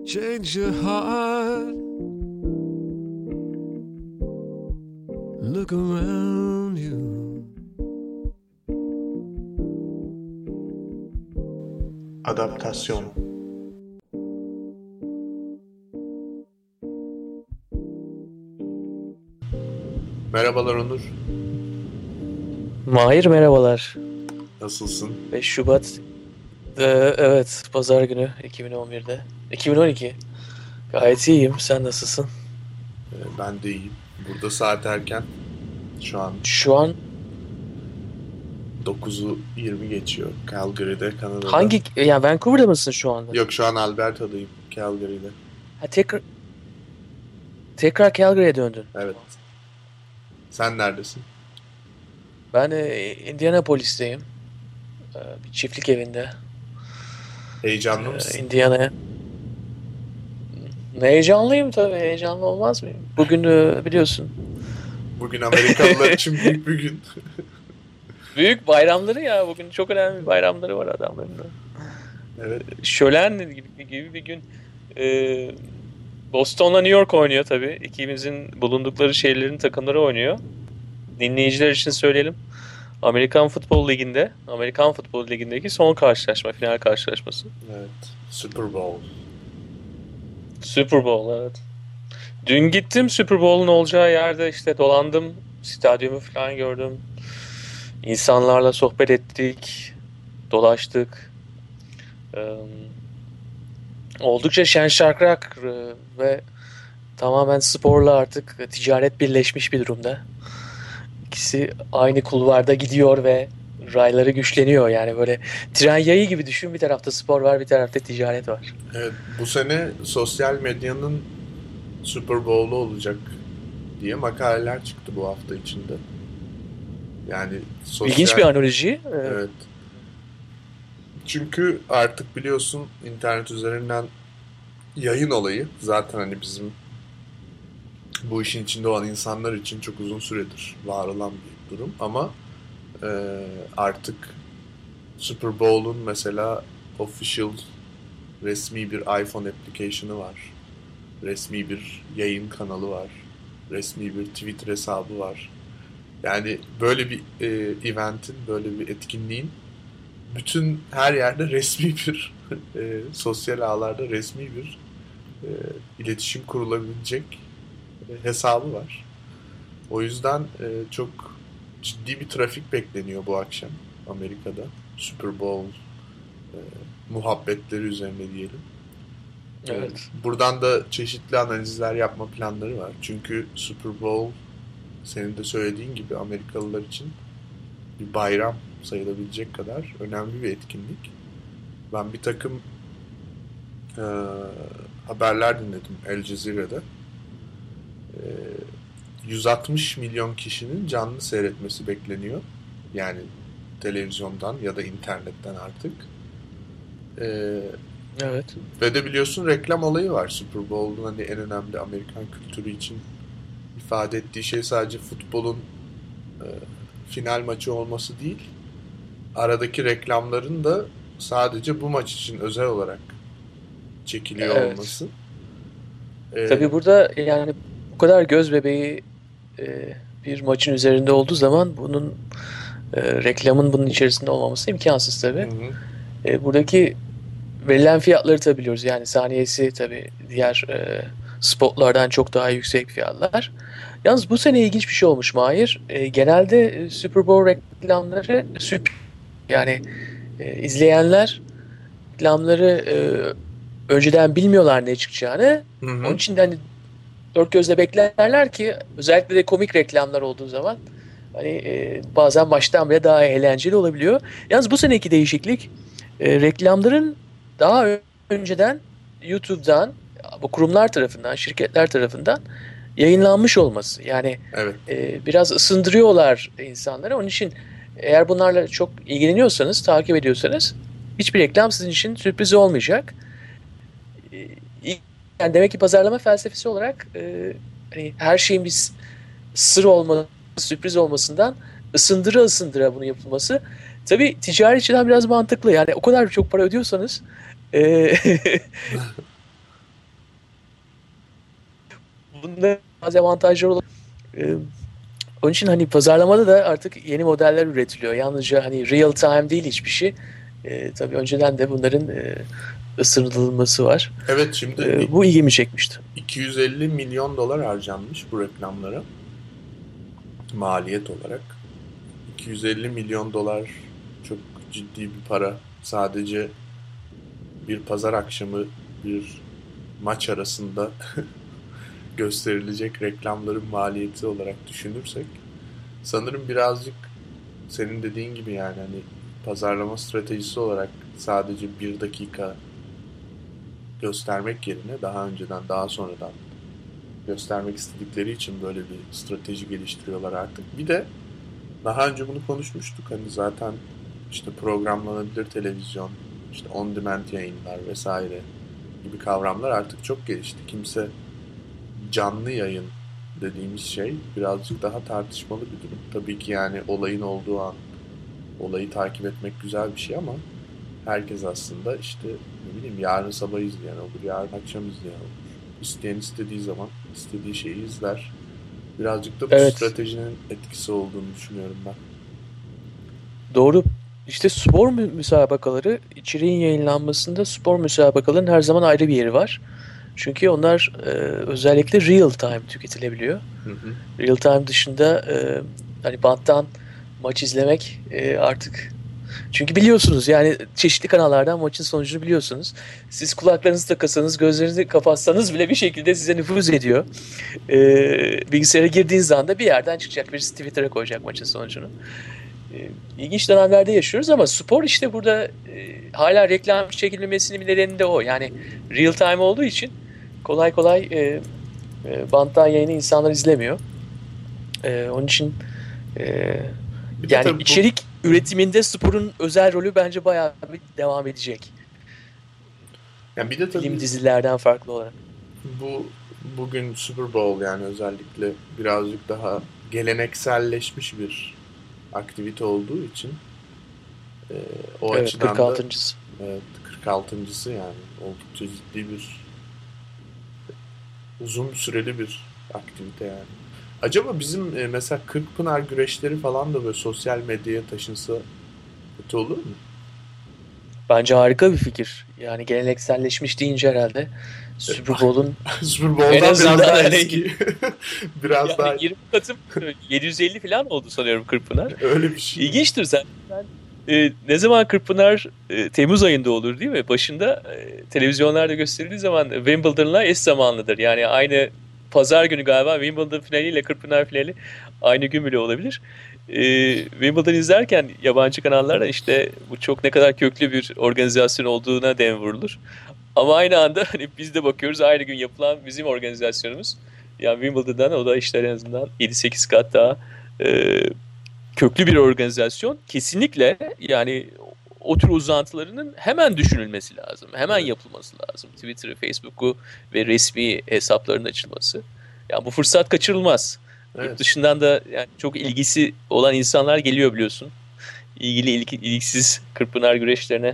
change your heart. Look around you. Adaptasyon. Merhabalar Onur. Mahir merhabalar. Nasılsın? 5 Şubat evet pazar günü 2011'de 2012. Gayet iyiyim. Sen nasılsın? Ben de iyiyim. Burada saat erken. Şu an 9'u 20 geçiyor. Calgary'de, Kanada'da. hangi yani Vancouver'da mısın şu anda? Yok, şu an Alberta'dayım. Calgary'de. Ha, tekrar Calgary'e döndün. Evet. Sen neredesin? Ben Indianapolis'teyim. Bir çiftlik evinde. Heyecanlı mısın? Indiana'ya. Heyecanlıyım tabii. Heyecanlı olmaz mıyım? Bugün biliyorsun. Bugün Amerikalılar için büyük bir gün. Büyük bayramları ya. Bugün çok önemli bayramları var adamların. Evet. Şölen gibi bir gün. Boston'la New York oynuyor tabii. İkimizin bulundukları şehirlerin takımları oynuyor. Dinleyiciler için söyleyelim. Amerikan Futbol Ligi'ndeki son karşılaşma, final karşılaşması. Evet. Super Bowl. Super Bowl, evet. Dün gittim Super Bowl'un olacağı yerde işte dolandım. Stadyumu falan gördüm. İnsanlarla sohbet ettik. Dolaştık. Oldukça şen şakrak ve tamamen sporla artık ticaret birleşmiş bir durumda. İkisi aynı kulvarda gidiyor ve rayları güçleniyor. Yani böyle tren yayı gibi düşün. Bir tarafta spor var, bir tarafta ticaret var. Evet, bu sene sosyal medyanın Super Bowl'u olacak diye makaleler çıktı bu hafta içinde. Yani İlginç bir analoji. Evet. Çünkü artık biliyorsun internet üzerinden yayın olayı zaten hani bizim bu işin içinde olan insanlar için çok uzun süredir var olan bir durum ama artık Super Bowl'un mesela official resmi bir iPhone application'ı var. Resmi bir yayın kanalı var. Resmi bir Twitter hesabı var. Yani böyle bir eventin, böyle bir etkinliğin bütün her yerde resmi bir sosyal ağlarda resmi bir iletişim kurulabilecek hesabı var. O yüzden çok ciddi bir trafik bekleniyor bu akşam Amerika'da. Super Bowl muhabbetleri üzerine diyelim. Evet. Buradan da çeşitli analizler yapma planları var. Çünkü Super Bowl senin de söylediğin gibi Amerikalılar için bir bayram sayılabilecek kadar önemli bir etkinlik. Ben bir takım haberler dinledim El Cezire'de. 160 milyon kişinin canlı seyretmesi bekleniyor. Yani televizyondan ya da internetten artık. Evet. Ve de biliyorsun reklam olayı var. Super Bowl'un hani en önemli Amerikan kültürü için ifade ettiği şey sadece futbolun final maçı olması değil. Aradaki reklamların da sadece bu maç için özel olarak çekiliyor olması. Tabii burada yani bu kadar göz bebeği bir maçın üzerinde olduğu zaman bunun reklamın bunun içerisinde olmaması imkansız tabii. Buradaki verilen fiyatları tabii biliyoruz. Yani saniyesi tabii diğer spotlardan çok daha yüksek fiyatlar. Yalnız bu sene ilginç bir şey olmuş Mahir. Genelde Super Bowl reklamları yani izleyenler reklamları önceden bilmiyorlar ne çıkacağını. Onun için de hani dört gözle beklerler ki özellikle de komik reklamlar olduğu zaman hani bazen baştan bile daha eğlenceli olabiliyor. Yalnız bu seneki değişiklik reklamların daha önceden YouTube'dan bu kurumlar tarafından, şirketler tarafından yayınlanmış olması. Yani evet. Biraz ısındırıyorlar insanları. Onun için eğer bunlarla çok ilgileniyorsanız, takip ediyorsanız hiçbir reklam sizin için sürpriz olmayacak. Yani demek ki pazarlama felsefesi olarak hani her şeyin bir sır olması, sürpriz olmasından ısındıra bunu yapılması. Tabii ticari açıdan biraz mantıklı. Yani o kadar çok para ödüyorsanız bazı avantajları olabilir. Onun için hani pazarlamada da artık yeni modeller üretiliyor. Yalnızca hani real time değil hiçbir şey. Tabii önceden de bunların ısınılması var. Evet, şimdi bu ilgimi çekmişti. 250 milyon dolar harcanmış bu reklamlara. Maliyet olarak. 250 milyon dolar çok ciddi bir para. Sadece bir pazar akşamı bir maç arasında gösterilecek reklamların maliyeti olarak düşünürsek sanırım birazcık senin dediğin gibi yani hani pazarlama stratejisi olarak sadece bir dakika göstermek yerine daha önceden daha sonradan göstermek istedikleri için böyle bir strateji geliştiriyorlar artık. Bir de daha önce bunu konuşmuştuk hani zaten işte programlanabilir televizyon, işte on demand yayınlar vesaire gibi kavramlar artık çok gelişti. Kimse canlı yayın dediğimiz şey birazcık daha tartışmalı bir durum. Tabii ki yani olayın olduğu an olayı takip etmek güzel bir şey ama herkes aslında işte ne bileyim yarın sabah izleyen olur, yarın akşam izleyen olur. İsteyen istediği zaman istediği şeyi izler. Birazcık da bu stratejinin etkisi olduğunu düşünüyorum ben. Doğru. İşte spor müsabakaları, içeriğin yayınlanmasında spor müsabakalarının her zaman ayrı bir yeri var. Çünkü onlar özellikle real time tüketilebiliyor. Real time dışında hani banttan maç izlemek artık, çünkü biliyorsunuz yani çeşitli kanallardan maçın sonucunu biliyorsunuz. Siz kulaklarınızı takasanız, gözlerinizi kapatsanız bile bir şekilde size nüfuz ediyor. Bilgisayara girdiğiniz anda bir yerden çıkacak, birisi Twitter'a koyacak maçın sonucunu. İlginç dönemlerde yaşıyoruz ama spor işte burada hala reklam çekilmemesinin nedeni de o. Yani real time olduğu için kolay kolay banttan yayını insanlar izlemiyor. Onun için yani içerik üretiminde sporun özel rolü bence bayağı bir devam edecek. Yani bir de tabii film dizilerden farklı olarak. Bugün Super Bowl yani özellikle birazcık daha gelenekselleşmiş bir aktivite olduğu için o evet, açıdan 46.'sı. Evet, 46.'sı yani oldukça ciddi bir uzun süreli bir aktivite yani. Acaba bizim mesela Kırkpınar güreşleri falan da böyle sosyal medyaya taşınsa kötü olur mu? Bence harika bir fikir. Yani gelenekselleşmiş deyince herhalde Super Bowl'un en azından biraz daha eski. Biraz yani daha 20 Kasım 750 falan oldu sanıyorum Kırkpınar. Öyle bir şey. İlginçtir sen. Ne zaman Kırkpınar Temmuz ayında olur değil mi? Başında televizyonlarda gösterildiği zaman Wimbledon'la eş zamanlıdır. Yani aynı pazar günü galiba Wimbledon finaliyle Kırkpınar finali aynı gün bile olabilir. Wimbledon izlerken yabancı kanallarda işte bu çok ne kadar köklü bir organizasyon olduğuna dem vurulur. Ama aynı anda hani biz de bakıyoruz aynı gün yapılan bizim organizasyonumuz. Yani Wimbledon'dan o da işte en azından 7-8 kat daha köklü bir organizasyon. Kesinlikle yani o tür uzantılarının hemen düşünülmesi lazım. Hemen yapılması lazım. Twitter'ı, Facebook'u ve resmi hesapların açılması. Yani bu fırsat kaçırılmaz. Evet. Yurt dışından da yani çok ilgisi olan insanlar geliyor biliyorsun. İlgisiz Kırkpınar güreşlerine.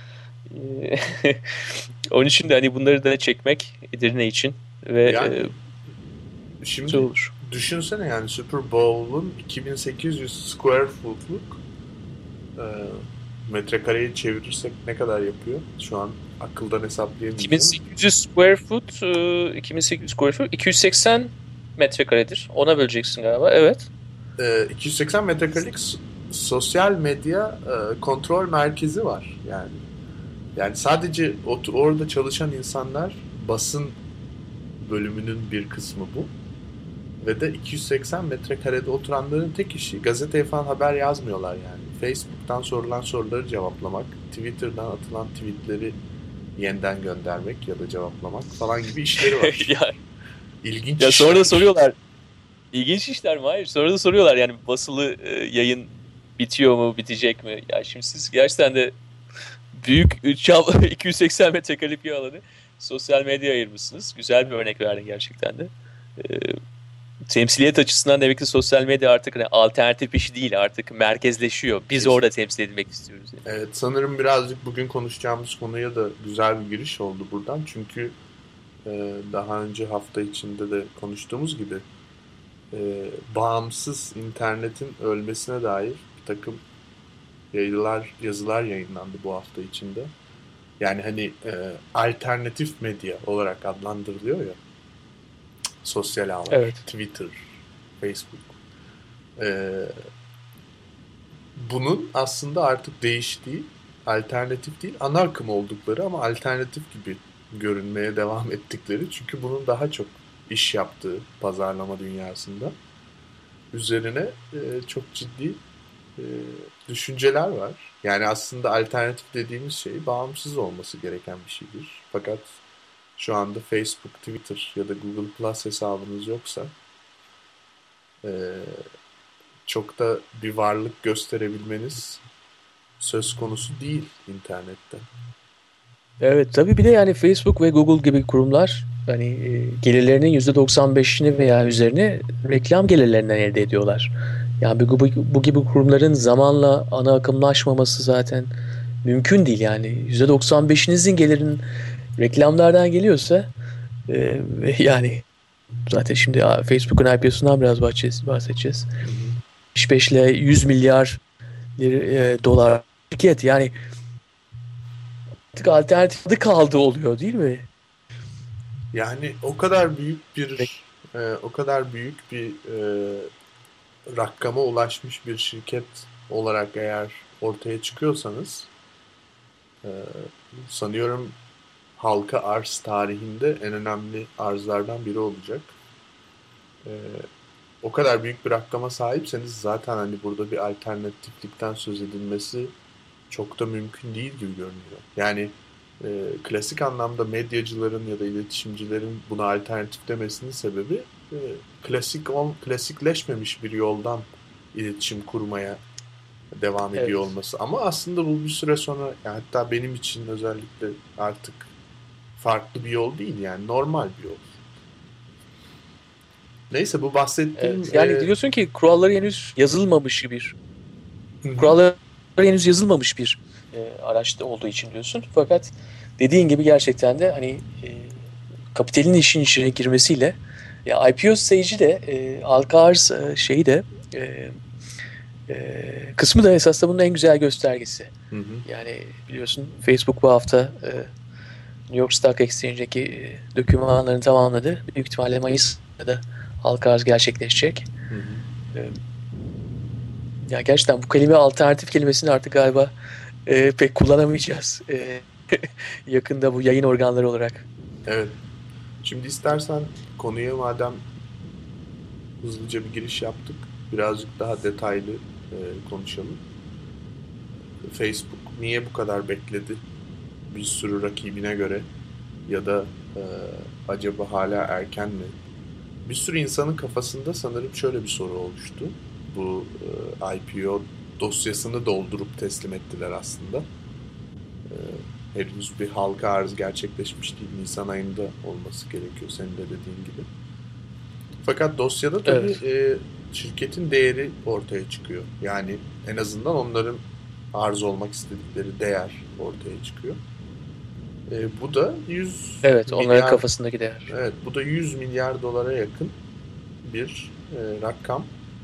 Onun için de hani bunları da çekmek Edirne için ve yani, şimdi olur. Düşünsene yani Super Bowl'un 2800 square foot'luk metrekareyi çevirirsek ne kadar yapıyor? Şu an akıldan hesaplayamayacağım. 2800 square foot 2800 square foot 280 metrekaredir. Ona böleceksin galiba. Evet. 280 metrekarelik sosyal medya kontrol merkezi var yani. Yani sadece orada çalışan insanlar, basın bölümünün bir kısmı bu. Ve de 280 metrekarede oturanların tek işi gazeteye falan haber yazmıyorlar yani. Facebook'tan sorulan soruları cevaplamak, Twitter'dan atılan tweetleri yeniden göndermek ya da cevaplamak falan gibi işleri var. İlginç ya işler. Sonra da soruyorlar. İlginç işler mi? Hayır. Sonra da soruyorlar yani basılı yayın bitiyor mu, bitecek mi? Ya şimdi siz gerçekten de büyük 280 metrekarelik bir alanı sosyal medyaya ayırmışsınız. Güzel bir örnek verdin gerçekten de. Temsiliyet açısından demek ki sosyal medya artık hani alternatif bir şey değil, artık merkezleşiyor. Biz orada temsil edilmek istiyoruz. Yani. Evet, sanırım birazcık bugün konuşacağımız konuya da güzel bir giriş oldu buradan. Çünkü daha önce hafta içinde de konuştuğumuz gibi bağımsız internetin ölmesine dair bir takım yazılar yayınlandı bu hafta içinde. Yani hani alternatif medya olarak adlandırılıyor ya. Sosyal ağlar, Evet. Twitter, Facebook. Bunun aslında artık değiştiği, alternatif değil, ana akım oldukları ama alternatif gibi görünmeye devam ettikleri. Çünkü bunun daha çok iş yaptığı pazarlama dünyasında üzerine çok ciddi düşünceler var. Yani aslında alternatif dediğimiz şey bağımsız olması gereken bir şeydir. Fakat şu anda Facebook, Twitter ya da Google Plus hesabınız yoksa çok da bir varlık gösterebilmeniz söz konusu değil internette. Evet, tabii bir de yani Facebook ve Google gibi kurumlar hani gelirlerinin %95'ini veya üzerini reklam gelirlerinden elde ediyorlar. Yani bu gibi kurumların zamanla ana akımlaşmaması zaten mümkün değil yani. %95'inizin gelirinin reklamlardan geliyorsa yani zaten şimdi Facebook'un IPO'sundan biraz bahsedeceğiz. 75 ile 100 milyar dolar şirket yani artık alternatif adı kaldı oluyor değil mi? Yani o kadar büyük bir rakama ulaşmış bir şirket olarak eğer ortaya çıkıyorsanız sanıyorum halka arz tarihinde en önemli arzlardan biri olacak. O kadar büyük bir rakama sahipseniz zaten hani burada bir alternatiflikten söz edilmesi çok da mümkün değil gibi görünüyor. Yani klasik anlamda medyacıların ya da iletişimcilerin buna alternatif demesinin sebebi klasikleşmemiş bir yoldan iletişim kurmaya devam ediyor olması. Ama aslında bu bir süre sonra yani hatta benim için özellikle artık farklı bir yol değil yani normal bir yol. Neyse bu bahsettiğim... Evet, yani diyorsun ki kuralları henüz yazılmamış bir araçta olduğu için diyorsun. Fakat dediğin gibi gerçekten de hani kapitalin işin içine girmesiyle ya IPO stage de halka arz şeyi de kısmı da esas da bunun en güzel göstergesi. Hı hı. Yani biliyorsun Facebook bu hafta New York Stock Exchange'deki dokümanlarını tamamladı. Büyük ihtimalle Mayıs'ta da halka arz gerçekleşecek. Hı hı. Ya gerçekten bu alternatif kelimesini artık galiba pek kullanamayacağız. Yakında bu yayın organları olarak. Evet. Şimdi istersen konuya madem hızlıca bir giriş yaptık, birazcık daha detaylı konuşalım. Facebook niye bu kadar bekledi bir sürü rakibine göre ya da acaba hala erken mi? Bir sürü insanın kafasında sanırım şöyle bir soru oluştu. Bu IPO dosyasını doldurup teslim ettiler aslında. Henüz bir halka arz gerçekleşmiş değil. Nisan ayında olması gerekiyor senin de dediğin gibi. Fakat dosyada tabii şirketin değeri ortaya çıkıyor. Yani en azından onların arz olmak istedikleri değer ortaya çıkıyor. Bu da 100 onların kafasındaki değer. Evet, bu da 100 milyar dolara yakın bir rakam.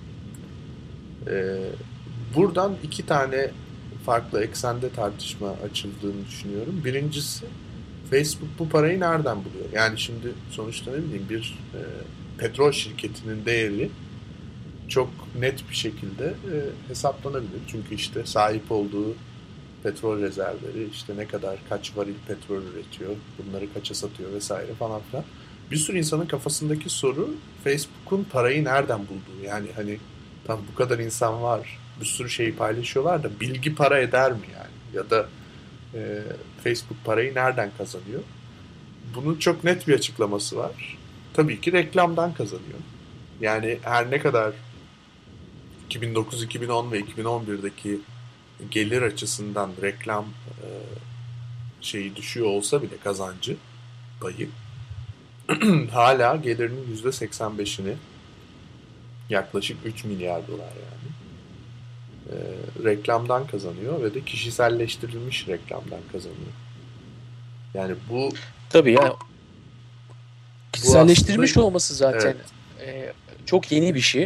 Buradan iki tane farklı eksende tartışma açıldığını düşünüyorum. Birincisi, Facebook bu parayı nereden buluyor? Yani şimdi sonuçta ne bileyim bir petrol şirketinin değeri çok net bir şekilde hesaplanabilir. Çünkü işte sahip olduğu petrol rezervleri, işte ne kadar, kaç varil petrol üretiyor, bunları kaça satıyor vesaire falan filan. Bir sürü insanın kafasındaki soru Facebook'un parayı nereden bulduğu. Yani hani tam bu kadar insan var, bir sürü şeyi paylaşıyorlar da bilgi para eder mi yani? Ya da Facebook parayı nereden kazanıyor? Bunun çok net bir açıklaması var. Tabii ki reklamdan kazanıyor. Yani her ne kadar 2009, 2010 ve 2011'deki gelir açısından reklam şeyi düşüyor olsa bile kazancı payı hala gelirinin %85'ini yaklaşık 3 milyar dolar yani reklamdan kazanıyor ve de kişiselleştirilmiş reklamdan kazanıyor. Yani bu tabii yani kişiselleştirmiş aslında, olması zaten çok yeni bir şey.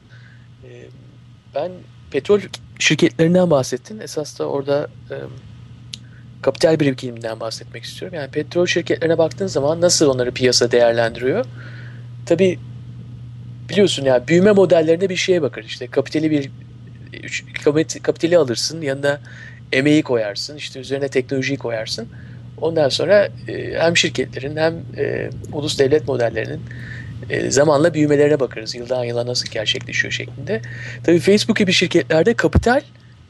Ben petrol şirketlerinden bahsettin. Esas da orada kapital birikiminden bahsetmek istiyorum. Yani petrol şirketlerine baktığın zaman nasıl onları piyasa değerlendiriyor? Tabii biliyorsun ya, büyüme modellerinde bir şeye bakar. İşte kapitali alırsın, yanına emeği koyarsın, işte üzerine teknolojiyi koyarsın. Ondan sonra hem şirketlerin hem ulus devlet modellerinin zamanla büyümelerine bakarız. Yıldan yıla nasıl gerçekleşiyor şeklinde. Tabii Facebook gibi şirketlerde kapital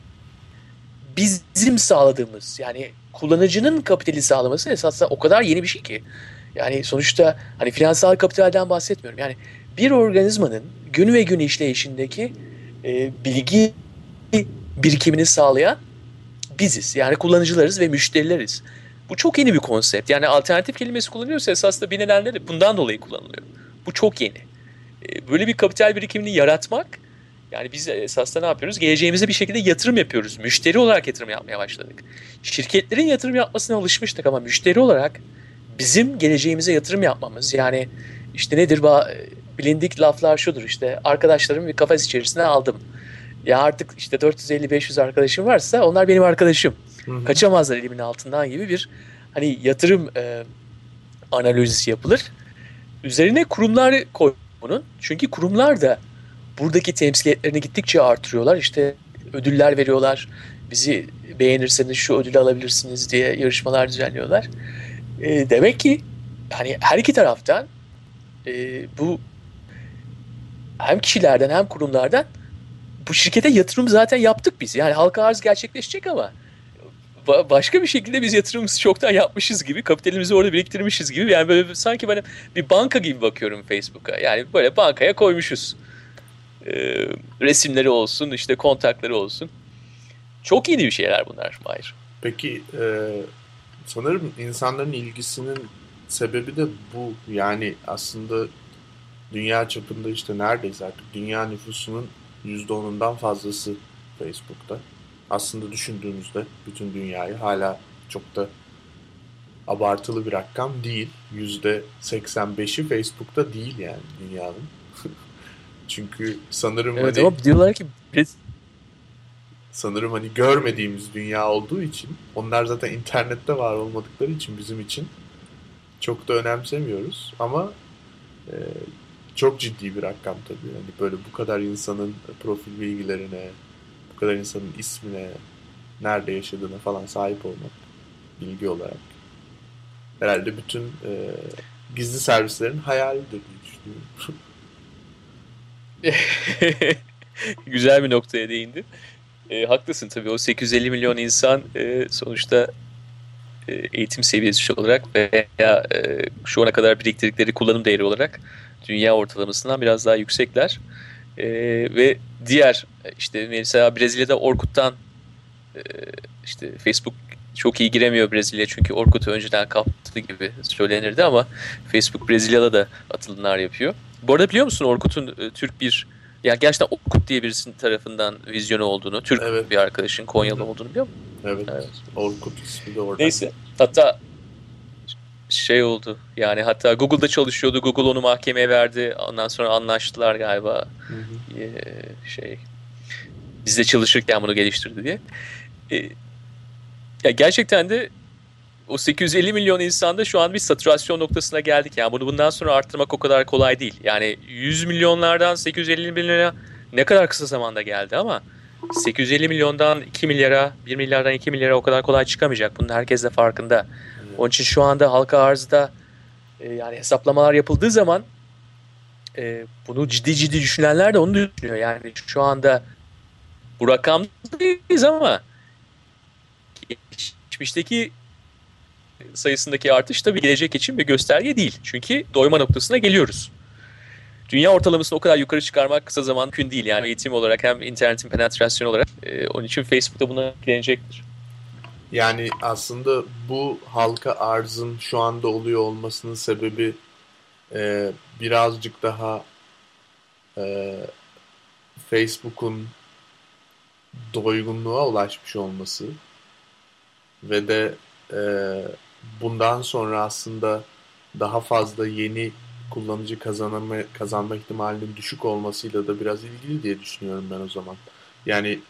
bizim sağladığımız, yani kullanıcının kapitali sağlaması esasında o kadar yeni bir şey ki. Yani sonuçta hani finansal kapitalden bahsetmiyorum. Yani bir organizmanın gün ve gün işleyişindeki bilgi birikimini sağlayan biziz. Yani kullanıcılarız ve müşterileriz. Bu çok yeni bir konsept. Yani alternatif kelimesi kullanıyorsa esasında bilinenler de bundan dolayı kullanılıyor. Bu çok yeni. Böyle bir kapital birikimini yaratmak, yani biz esasında ne yapıyoruz? Geleceğimize bir şekilde yatırım yapıyoruz. Müşteri olarak yatırım yapmaya başladık. Şirketlerin yatırım yapmasına alışmıştık ama müşteri olarak bizim geleceğimize yatırım yapmamız, yani işte nedir? Bilindik laflar şudur: işte arkadaşlarımı bir kafes içerisine aldım. Ya artık işte 450-500 arkadaşım varsa onlar benim arkadaşım. Hı-hı. Kaçamazlar elimin altından gibi bir hani yatırım analizi yapılır. Üzerine kurumlar koy bunun. Çünkü kurumlar da buradaki temsiliyetlerini gittikçe artırıyorlar. İşte ödüller veriyorlar. Bizi beğenirseniz şu ödülü alabilirsiniz diye yarışmalar düzenliyorlar. Demek ki hani her iki taraftan bu hem kişilerden hem kurumlardan bu şirkete yatırım zaten yaptık biz. Yani halka arz gerçekleşecek ama başka bir şekilde biz yatırımımızı çoktan yapmışız gibi, kapitalimizi orada biriktirmişiz gibi. Yani böyle sanki ben bir banka gibi bakıyorum Facebook'a. Yani böyle bankaya koymuşuz. Resimleri olsun, işte kontakları olsun. Çok yeni bir şeyler bunlar Mahir. Peki sanırım insanların ilgisinin sebebi de bu. Yani aslında dünya çapında işte neredeyse artık dünya nüfusunun %10'undan fazlası Facebook'ta. Aslında düşündüğümüzde bütün dünyayı, hala çok da abartılı bir rakam değil. %85'i Facebook'ta değil yani dünyanın. Çünkü sanırım evet, ama diyorlar ki sanırım hani görmediğimiz dünya olduğu için, onlar zaten internette var olmadıkları için bizim için çok da önemsemiyoruz ama çok ciddi bir rakam tabii. Yani böyle bu kadar insanın profil bilgilerine, bu kadar insanın ismine, nerede yaşadığına falan sahip olmak bilgi olarak herhalde bütün gizli servislerin hayalidir diye düşünüyorum. Güzel bir noktaya değindin. Haklısın tabii, o 850 milyon insan sonuçta eğitim seviyesi olarak veya şu ana kadar biriktirdikleri kullanım değeri olarak dünya ortalamasından biraz daha yüksekler. Ve diğer işte mesela Brezilya'da Orkut'tan işte Facebook çok iyi giremiyor Brezilya, çünkü Orkut'u önceden kaptı gibi söylenirdi ama Facebook Brezilya'da da atılımlar yapıyor. Bu arada biliyor musun Orkut'un Türk bir, yani gerçekten Orkut diye birisinin tarafından vizyonu olduğunu, Türk evet. Bir arkadaşın Konyalı olduğunu biliyor musun? Evet. Orkut ismi de orada. Neyse. Hatta şey oldu. Yani hatta Google'da çalışıyordu. Google onu mahkemeye verdi. Ondan sonra anlaştılar galiba. Bizde çalışırken bunu geliştirdi diye. Ya gerçekten de o 850 milyon insanda şu an bir saturasyon noktasına geldik. Yani bunu bundan sonra arttırmak o kadar kolay değil. Yani 100 milyonlardan 850 milyona ne kadar kısa zamanda geldi ama 850 milyondan 2 milyara, 1 milyardan 2 milyara o kadar kolay çıkamayacak. Bunun herkes de farkında. Onun için şu anda halka arzda yani hesaplamalar yapıldığı zaman bunu ciddi düşünenler de onu düşünüyor. Yani şu anda bu rakamdayız ama geçmişteki sayısındaki artış tabii gelecek için bir gösterge değil. Çünkü doyma noktasına geliyoruz. Dünya ortalamasını o kadar yukarı çıkarmak kısa zaman mümkün değil. Yani eğitim olarak hem internetin penetrasyonu olarak. Onun için Facebook'ta buna etkilenecektir. Yani aslında bu halka arzın şu anda oluyor olmasının sebebi birazcık daha Facebook'un doygunluğa ulaşmış olması ve de bundan sonra aslında daha fazla yeni kullanıcı kazanma ihtimalinin düşük olmasıyla da biraz ilgili diye düşünüyorum ben o zaman. Yani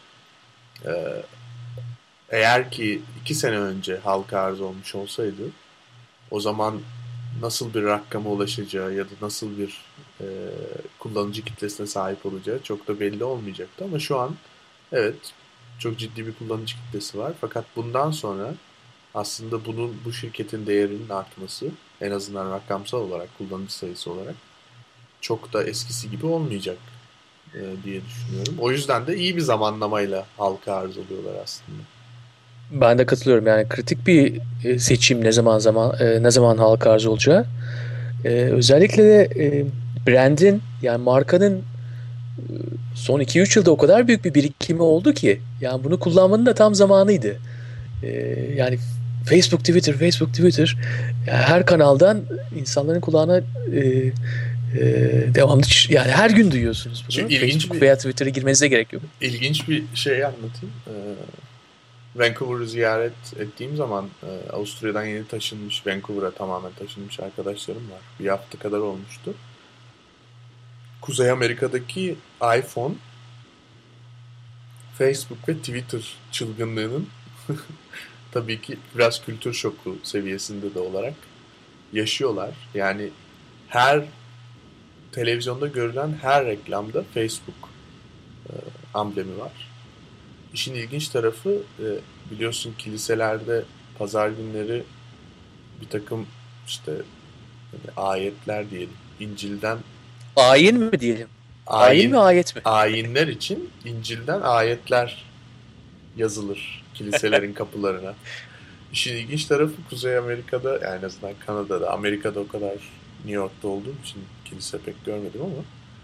eğer ki 2 sene önce halka arz olmuş olsaydı, o zaman nasıl bir rakama ulaşacağı ya da nasıl bir kullanıcı kitlesine sahip olacağı çok da belli olmayacaktı. Ama şu an evet, çok ciddi bir kullanıcı kitlesi var. Fakat bundan sonra aslında bu şirketin değerinin artması, en azından rakamsal olarak, kullanıcı sayısı olarak çok da eskisi gibi olmayacak diye düşünüyorum. O yüzden de iyi bir zamanlamayla halka arz oluyorlar aslında. Ben de katılıyorum. Yani kritik bir seçim ne zaman halka arz olacağı. Özellikle de brandin, yani markanın son 2-3 yılda o kadar büyük bir birikimi oldu ki, yani bunu kullanmanın da tam zamanıydı. Yani Facebook, Twitter, yani her kanaldan insanların kulağına devamlı, yani her gün duyuyorsunuz bunu. Facebook veya Twitter'a girmenize gerek yok. İlginç bir şey anlatayım. Vancouver'ı ziyaret ettiğim zaman Avusturya'dan yeni taşınmış, Vancouver'a tamamen taşınmış arkadaşlarım var. Bir hafta kadar olmuştu. Kuzey Amerika'daki iPhone, Facebook ve Twitter çılgınlığının tabii ki biraz kültür şoku seviyesinde de olarak yaşıyorlar. Yani her televizyonda görülen her reklamda Facebook amblemi var. İşin ilginç tarafı, biliyorsun kiliselerde pazar günleri bir takım işte ayetler diyelim, İncil'den. Ayin mi diyelim? Ayin mi, ayet mi? Ayinler için İncil'den ayetler yazılır kiliselerin kapılarına. İşin ilginç tarafı, Kuzey Amerika'da, yani en azından Kanada'da, Amerika'da o kadar, New York'ta olduğum için kilise pek görmedim ama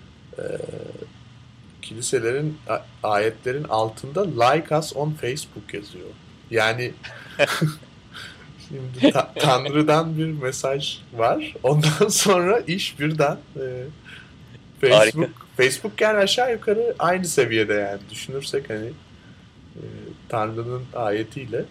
kiliselerin ayetlerin altında "Like us on Facebook" yazıyor. Yani şimdi Tanrı'dan bir mesaj var. Ondan sonra iş birden Facebook yani aşağı yukarı aynı seviyede, yani düşünürsek hani Tanrı'nın ayetiyle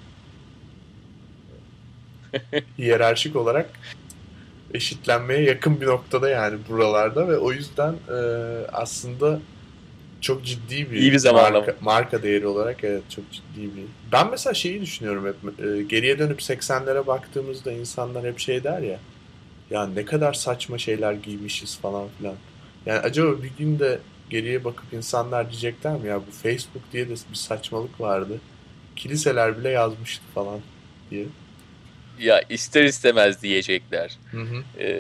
hiyerarşik olarak eşitlenmeye yakın bir noktada yani buralarda, ve o yüzden aslında çok ciddi bir marka değeri olarak, evet, çok ciddi bir. Ben mesela şeyi düşünüyorum hep, geriye dönüp 80'lere baktığımızda insanlar hep şey der ya, ya ne kadar saçma şeyler giymişiz falan filan. Yani acaba bir gün de geriye bakıp insanlar diyecekler mi, ya bu Facebook diye de bir saçmalık vardı, kiliseler bile yazmıştı falan diye. Ya ister istemez diyecekler. Hı hı.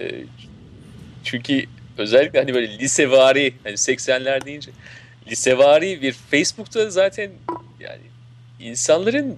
Çünkü özellikle hani böyle lisevari, hani 80'ler deyince lisevari bir Facebook'ta zaten yani insanların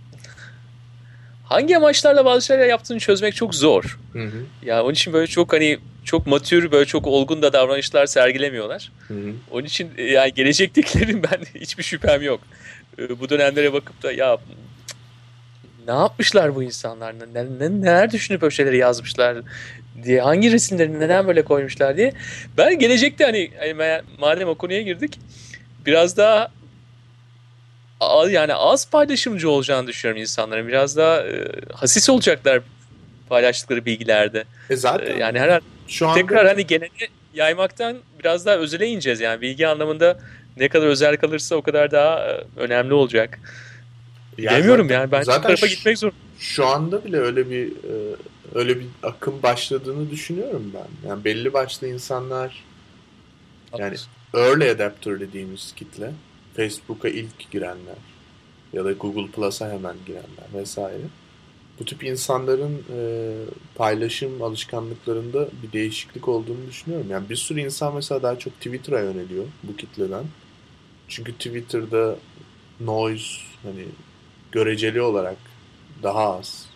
hangi amaçlarla bazı şeyler yaptığını çözmek çok zor. Hı hı. Yani onun için böyle çok hani çok matür, böyle çok olgun da davranışlar sergilemiyorlar. Hı hı. Onun için yani gelecektekilerin ben hiçbir şüphem yok. Bu dönemlere bakıp da ya ne yapmışlar bu insanlar? Neler düşünüp böyle şeyleri yazmışlar diye, hangi resimlerini neden böyle koymuşlar diye. Ben gelecekte hani madem o konuya girdik, biraz daha yani az paylaşımcı olacağını düşünüyorum insanların. Biraz daha hasis olacaklar paylaştıkları bilgilerde. Zaten yani herhalde şu anda tekrar hani geneli yaymaktan biraz daha özele ineceğiz. Yani bilgi anlamında ne kadar özel kalırsa o kadar daha önemli olacak. Bilemiyorum yani ben bu tarafa gitmek zor. Şu anda bile öyle bir akım başladığını düşünüyorum ben. Yani belli başlı insanlar, yani early adapter dediğimiz kitle, Facebook'a ilk girenler ya da Google Plus'a hemen girenler vesaire. Bu tip insanların paylaşım alışkanlıklarında bir değişiklik olduğunu düşünüyorum. Yani bir sürü insan mesela daha çok Twitter'a yöneliyor bu kitleden. Çünkü Twitter'da noise, hani göreceli olarak daha az.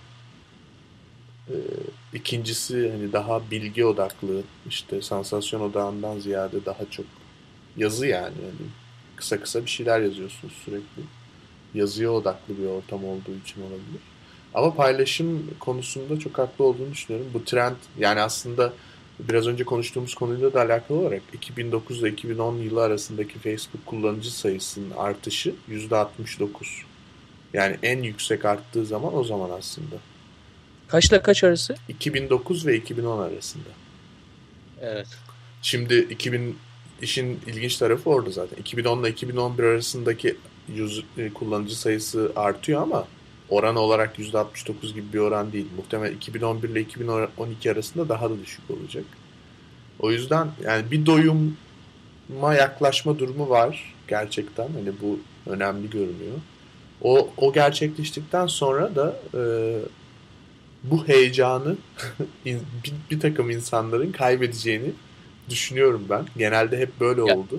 İkincisi hani daha bilgi odaklı, işte sansasyon odağından ziyade daha çok yazı, yani. Yani kısa kısa bir şeyler yazıyorsunuz sürekli. Yazıya odaklı bir ortam olduğu için olabilir. Ama paylaşım konusunda çok haklı olduğunu düşünüyorum. Bu trend, yani aslında biraz önce konuştuğumuz konuyla da alakalı olarak 2009 ile 2010 yılı arasındaki Facebook kullanıcı sayısının artışı %69. Yani en yüksek arttığı zaman o zaman aslında. Kaçla kaç arası? 2009 ve 2010 arasında. Evet. Şimdi 2000 işin ilginç tarafı orada zaten. 2010 ile 2011 arasındaki kullanıcı sayısı artıyor ama oran olarak %69 gibi bir oran değil. Muhtemelen 2011 ile 2012 arasında daha da düşük olacak. O yüzden yani bir doyuma yaklaşma durumu var gerçekten. Hani bu önemli görünüyor. O gerçekleştikten sonra da bu heyecanı bir takım insanların kaybedeceğini düşünüyorum ben. Genelde hep böyle oldu.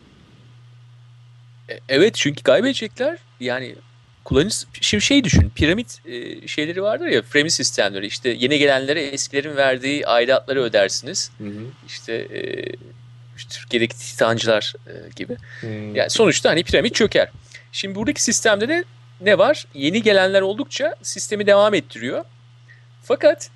Evet, çünkü kaybedecekler. Yani kullanıcı, şimdi düşün. Piramit şeyleri vardır ya, premis sistemleri. İşte yeni gelenlere eskilerin verdiği aidatları ödersiniz. Hı hı. İşte Türkiye'deki titancılar gibi. Yani sonuçta hani piramit çöker. Şimdi buradaki sistemde de ne var? Yeni gelenler oldukça sistemi devam ettiriyor. Fakat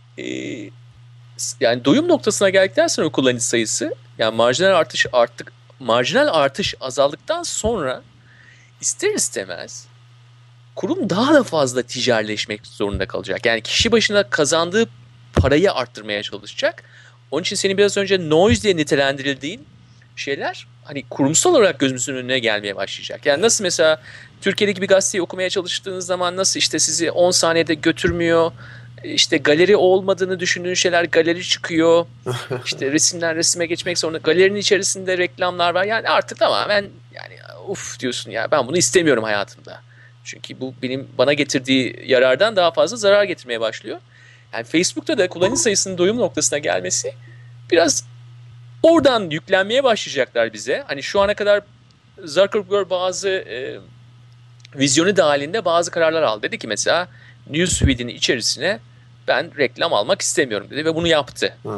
yani doyum noktasına geldikten sonra kullanıcı sayısı, yani marjinal artış azaldıktan sonra ister istemez kurum daha da fazla ticarileşmek zorunda kalacak. Yani kişi başına kazandığı parayı arttırmaya çalışacak. Onun için senin biraz önce noise diye nitelendirildiğin şeyler hani kurumsal olarak gözümüzün önüne gelmeye başlayacak. Yani nasıl mesela Türkiye'deki bir gazeteyi okumaya çalıştığınız zaman nasıl işte sizi 10 saniyede götürmüyor, işte galeri olmadığını düşündüğün şeyler galeri çıkıyor. İşte resimden resime geçmek zorunda. Galerinin içerisinde reklamlar var. Yani artık tamamen yani uf diyorsun ya, ben bunu istemiyorum hayatımda. Çünkü bu bana getirdiği yarardan daha fazla zarar getirmeye başlıyor. Yani Facebook'ta da kullanıcı sayısının doyum noktasına gelmesi biraz oradan yüklenmeye başlayacaklar bize. Hani şu ana kadar Zuckerberg bazı vizyonu dahilinde bazı kararlar aldı. Dedi ki mesela newsfeed'in içerisine ben reklam almak istemiyorum dedi ve bunu yaptı. Hı hı.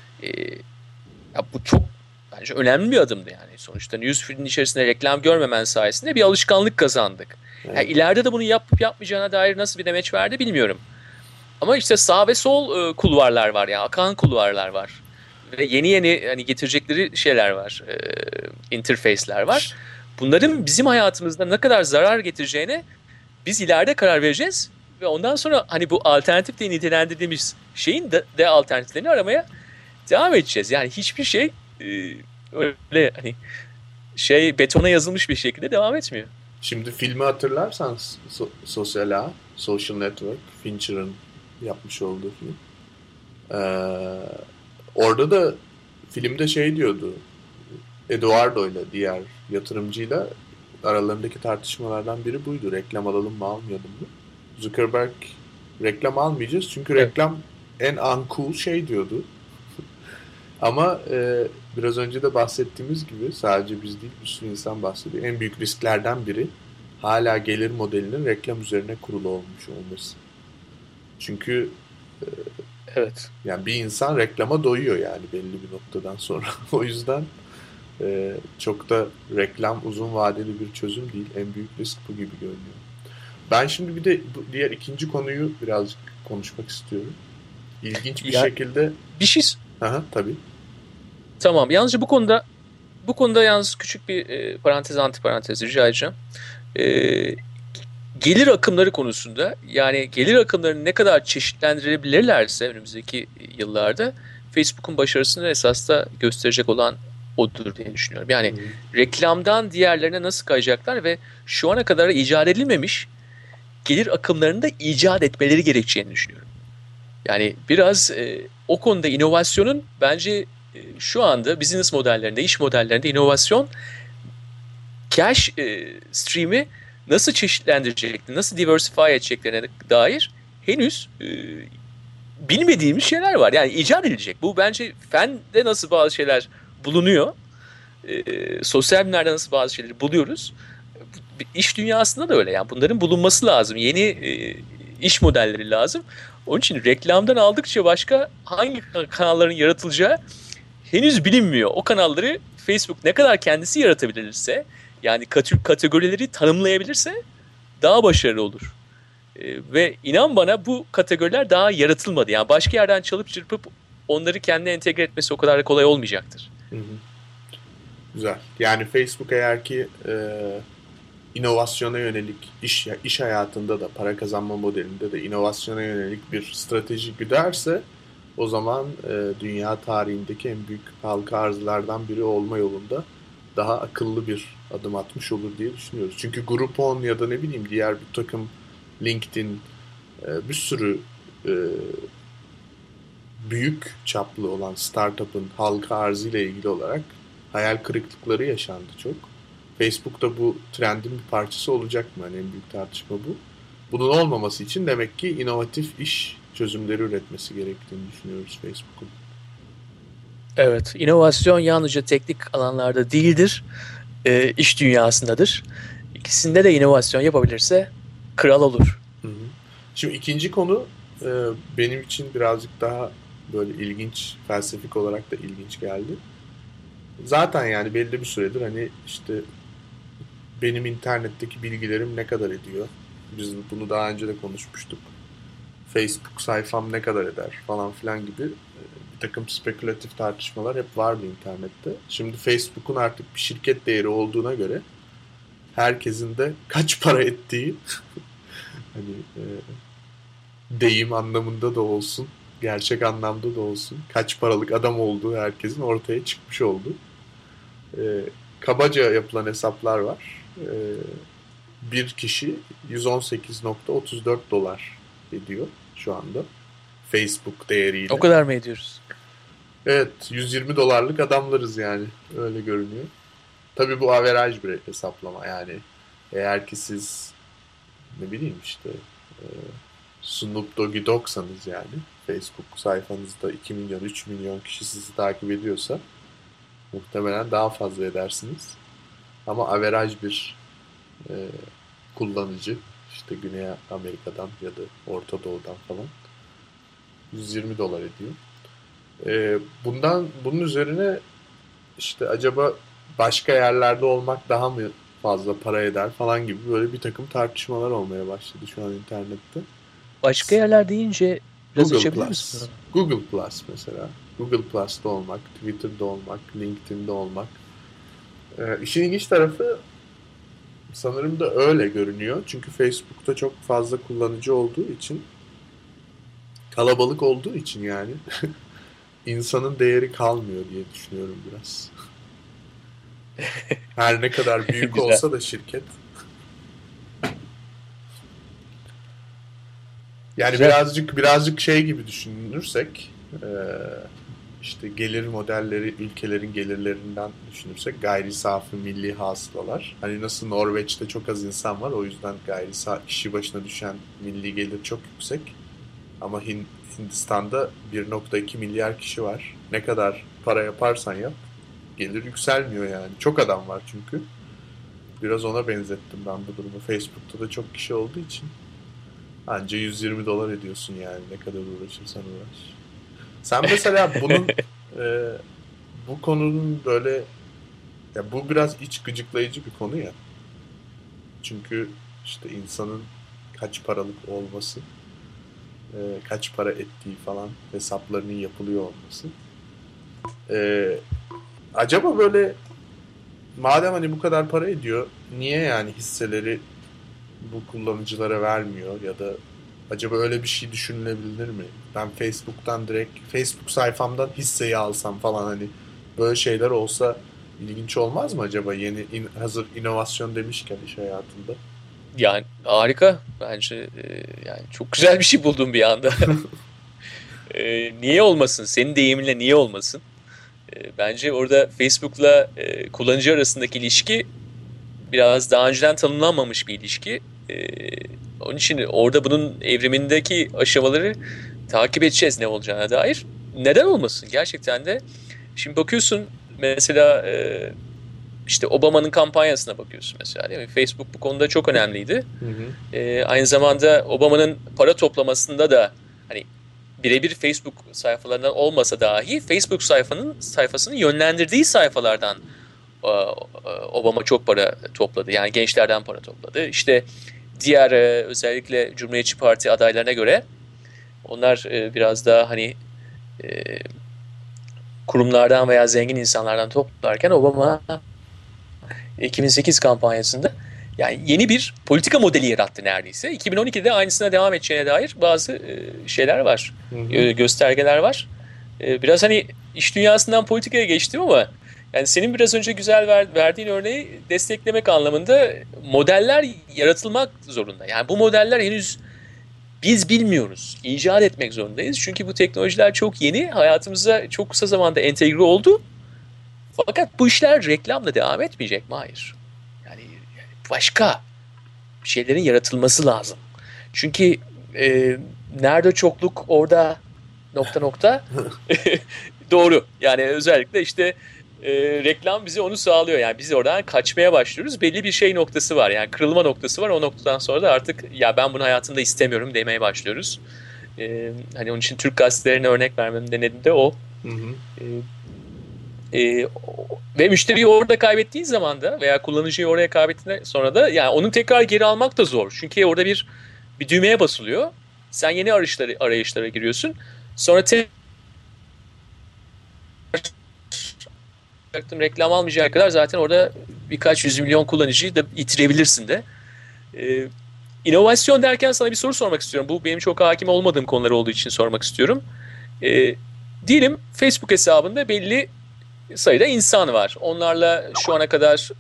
Ya bu çok bence önemli bir adımdı yani. Sonuçta newsfeed'in içerisinde reklam görmemen sayesinde bir alışkanlık kazandık. Evet. Yani ileride de bunu yapıp yapmayacağına dair nasıl bir demeç verdi bilmiyorum. Ama işte sağ ve sol kulvarlar var ya, akan kulvarlar var. Ve yeni hani getirecekleri şeyler var, interface'ler var. Bunların bizim hayatımızda ne kadar zarar getireceğine biz ileride karar vereceğiz. Ve ondan sonra hani bu alternatif diye nitelendirdiğimiz şeyin de alternatiflerini aramaya devam edeceğiz. Yani hiçbir şey öyle hani betona yazılmış bir şekilde devam etmiyor. Şimdi filmi hatırlarsan Sosyal Ağ, Social Network, Fincher'ın yapmış olduğu film. Orada da filmde diyordu. Eduardo ile diğer yatırımcıyla aralarındaki tartışmalardan biri buydu. Reklam alalım mı almayalım mı? Zuckerberg reklam almayacağız çünkü reklam en uncool diyordu. Ama biraz önce de bahsettiğimiz gibi sadece biz değil bir sürü insan bahsediyor. En büyük risklerden biri hala gelir modelinin reklam üzerine kurulu olmuş olması. Çünkü evet. Yani bir insan reklama doyuyor yani belli bir noktadan sonra. O yüzden çok da reklam uzun vadeli bir çözüm değil. En büyük risk bu gibi görünüyor. Ben şimdi bir de diğer ikinci konuyu birazcık konuşmak istiyorum. İlginç bir şekilde. Bir şey. Aha, tabii. Tamam. Yalnızca bu konuda yalnız küçük bir antiparantez rica edeceğim. Gelir akımları konusunda, yani gelir akımlarını ne kadar çeşitlendirebilirlerse önümüzdeki yıllarda Facebook'un başarısını esas da gösterecek olan odur diye düşünüyorum. Yani reklamdan diğerlerine nasıl kayacaklar ve şu ana kadar icat edilmemiş gelir akımlarını da icat etmeleri gerekeceğini düşünüyorum. Yani biraz o konuda inovasyonun bence şu anda business modellerinde, iş modellerinde inovasyon cash stream'i nasıl çeşitlendireceklerini, nasıl diversify edeceklerine dair henüz bilmediğimiz şeyler var. Yani icat edilecek. Bu bence fende nasıl bazı şeyler bulunuyor, sosyal bilimlerde nasıl bazı şeyleri buluyoruz. İş dünyasında da öyle. Yani bunların bulunması lazım. Yeni iş modelleri lazım. Onun için reklamdan aldıkça başka hangi kanalların yaratılacağı henüz bilinmiyor. O kanalları Facebook ne kadar kendisi yaratabilirse, yani kategorileri tanımlayabilirse daha başarılı olur. Ve inan bana bu kategoriler daha yaratılmadı. Yani başka yerden çalıp çırpıp onları kendine entegre etmesi o kadar da kolay olmayacaktır. Hı hı. Güzel. Yani Facebook eğer ki inovasyona yönelik iş hayatında da para kazanma modelinde de inovasyona yönelik bir strateji güderse o zaman dünya tarihindeki en büyük halka arzlardan biri olma yolunda daha akıllı bir adım atmış olur diye düşünüyoruz. Çünkü Groupon ya da ne bileyim diğer bir takım LinkedIn, bir sürü büyük çaplı olan startup'ın halka arzı ile ilgili olarak hayal kırıklıkları yaşandı çok. Facebook'ta bu trendin bir parçası olacak mı? Yani en büyük tartışma bu. Bunun olmaması için demek ki inovatif iş çözümleri üretmesi gerektiğini düşünüyoruz Facebook'un. Evet, inovasyon yalnızca teknik alanlarda değildir, iş dünyasındadır. İkisinde de inovasyon yapabilirse kral olur. Hı hı. Şimdi ikinci konu benim için birazcık daha böyle ilginç, felsefik olarak da ilginç geldi. Zaten yani belli bir süredir hani işte benim internetteki bilgilerim ne kadar ediyor? Biz bunu daha önce de konuşmuştuk. Facebook sayfam ne kadar eder falan filan gibi bir takım spekülatif tartışmalar hep vardı internette. Şimdi Facebook'un artık bir şirket değeri olduğuna göre herkesin de kaç para ettiği hani deyim anlamında da olsun, gerçek anlamda da olsun, kaç paralık adam olduğu herkesin ortaya çıkmış oldu. Kabaca yapılan hesaplar var. Bir kişi 118.34 dolar ediyor şu anda Facebook değeriyle. O kadar mı ediyoruz? Evet, 120 dolarlık adamlarız yani. Öyle görünüyor. Tabii bu averaj bir hesaplama yani. Eğer ki siz ne bileyim işte Snoop Doggy Dogg'sanız yani Facebook sayfanızda 2 milyon 3 milyon kişi sizi takip ediyorsa muhtemelen daha fazla edersiniz. Ama averaj bir kullanıcı işte Güney Amerika'dan ya da Orta Doğu'dan falan 120 dolar ediyor. Bunun üzerine işte acaba başka yerlerde olmak daha mı fazla para eder falan gibi böyle bir takım tartışmalar olmaya başladı şu an internette. Başka yerler deyince biraz Google açabilir Plus. misin? Google Plus mesela. Google Plus'ta olmak, Twitter'da olmak, LinkedIn'de olmak. İşin ilginç tarafı sanırım da öyle görünüyor. Çünkü Facebook'ta çok fazla kullanıcı olduğu için, kalabalık olduğu için yani insanın değeri kalmıyor diye düşünüyorum biraz. Her ne kadar büyük olsa da şirket. Yani Güzel. birazcık şey gibi düşünürsek, işte gelir modelleri ülkelerin gelirlerinden düşünürsek gayri safi milli hasılalar. Hani nasıl Norveç'te çok az insan var o yüzden gayri safi kişi başına düşen milli gelir çok yüksek. Ama Hindistan'da 1.2 milyar kişi var. Ne kadar para yaparsan yap gelir yükselmiyor yani. Çok adam var çünkü. Biraz ona benzettim ben bu durumu. Facebook'ta da çok kişi olduğu için anca 120 dolar ediyorsun yani ne kadar uğraşırsan uğraş. Sen mesela bunun bu konunun böyle ya bu biraz iç gıcıklayıcı bir konu ya. Çünkü işte insanın kaç paralık olması, kaç para ettiği falan hesaplarının yapılıyor olması. Acaba böyle madem hani bu kadar para ediyor niye yani hisseleri bu kullanıcılara vermiyor ya da acaba öyle bir şey düşünülebilir mi? Ben Facebook'tan direkt Facebook sayfamdan hisseyi alsam falan hani böyle şeyler olsa ilginç olmaz mı acaba yeni hazır inovasyon demişken iş hayatında? Yani harika. Bence yani çok güzel bir şey buldum bir anda. Niye olmasın? Senin deyiminle niye olmasın? Bence orada Facebook'la kullanıcı arasındaki ilişki biraz daha önceden tanımlanmamış bir ilişki. Onun için orada bunun evrimindeki aşamaları takip edeceğiz ne olacağına dair. Neden olmasın? Gerçekten de. Şimdi bakıyorsun mesela işte Obama'nın kampanyasına bakıyorsun mesela değil mi? Facebook bu konuda çok önemliydi. Hı hı. Aynı zamanda Obama'nın para toplamasında da hani birebir Facebook sayfalarından olmasa dahi Facebook sayfasını yönlendirdiği sayfalardan Obama çok para topladı. Yani gençlerden para topladı. İşte diğer özellikle Cumhuriyetçi Parti adaylarına göre onlar biraz daha hani kurumlardan veya zengin insanlardan toplarken Obama 2008 kampanyasında Yani yeni bir politika modeli yarattı neredeyse. 2012'de aynısına devam edeceğine dair bazı şeyler var. Göstergeler var. Biraz hani iş dünyasından politikaya geçtim ama yani senin biraz önce güzel verdiğin örneği desteklemek anlamında modeller yaratılmak zorunda. Yani bu modeller henüz biz bilmiyoruz. İcat etmek zorundayız. Çünkü bu teknolojiler çok yeni. Hayatımıza çok kısa zamanda entegre oldu. Fakat bu işler reklamla devam etmeyecek mi? Hayır. Yani başka şeylerin yaratılması lazım. Çünkü nerede çokluk orada ... Doğru. Yani özellikle işte reklam bize onu sağlıyor. Yani biz oradan kaçmaya başlıyoruz. Belli bir şey noktası var. Yani kırılma noktası var. O noktadan sonra da artık ya ben bunu hayatımda istemiyorum demeye başlıyoruz. Hani onun için Türk gazetelerine örnek vermemin de nedeni de o. Ve müşteriyi orada kaybettiğin zaman da veya kullanıcıyı oraya kaybettiğinden sonra da yani onu tekrar geri almak da zor. Çünkü orada bir düğmeye basılıyor. Sen yeni arayışlara giriyorsun. Sonra reklam almayacak kadar zaten orada birkaç 100 milyon kullanıcıyı da yitirebilirsin de. İnovasyon derken sana bir soru sormak istiyorum. Bu benim çok hakim olmadığım konular olduğu için sormak istiyorum. Diyelim Facebook hesabında belli sayıda insan var. Onlarla şu ana kadar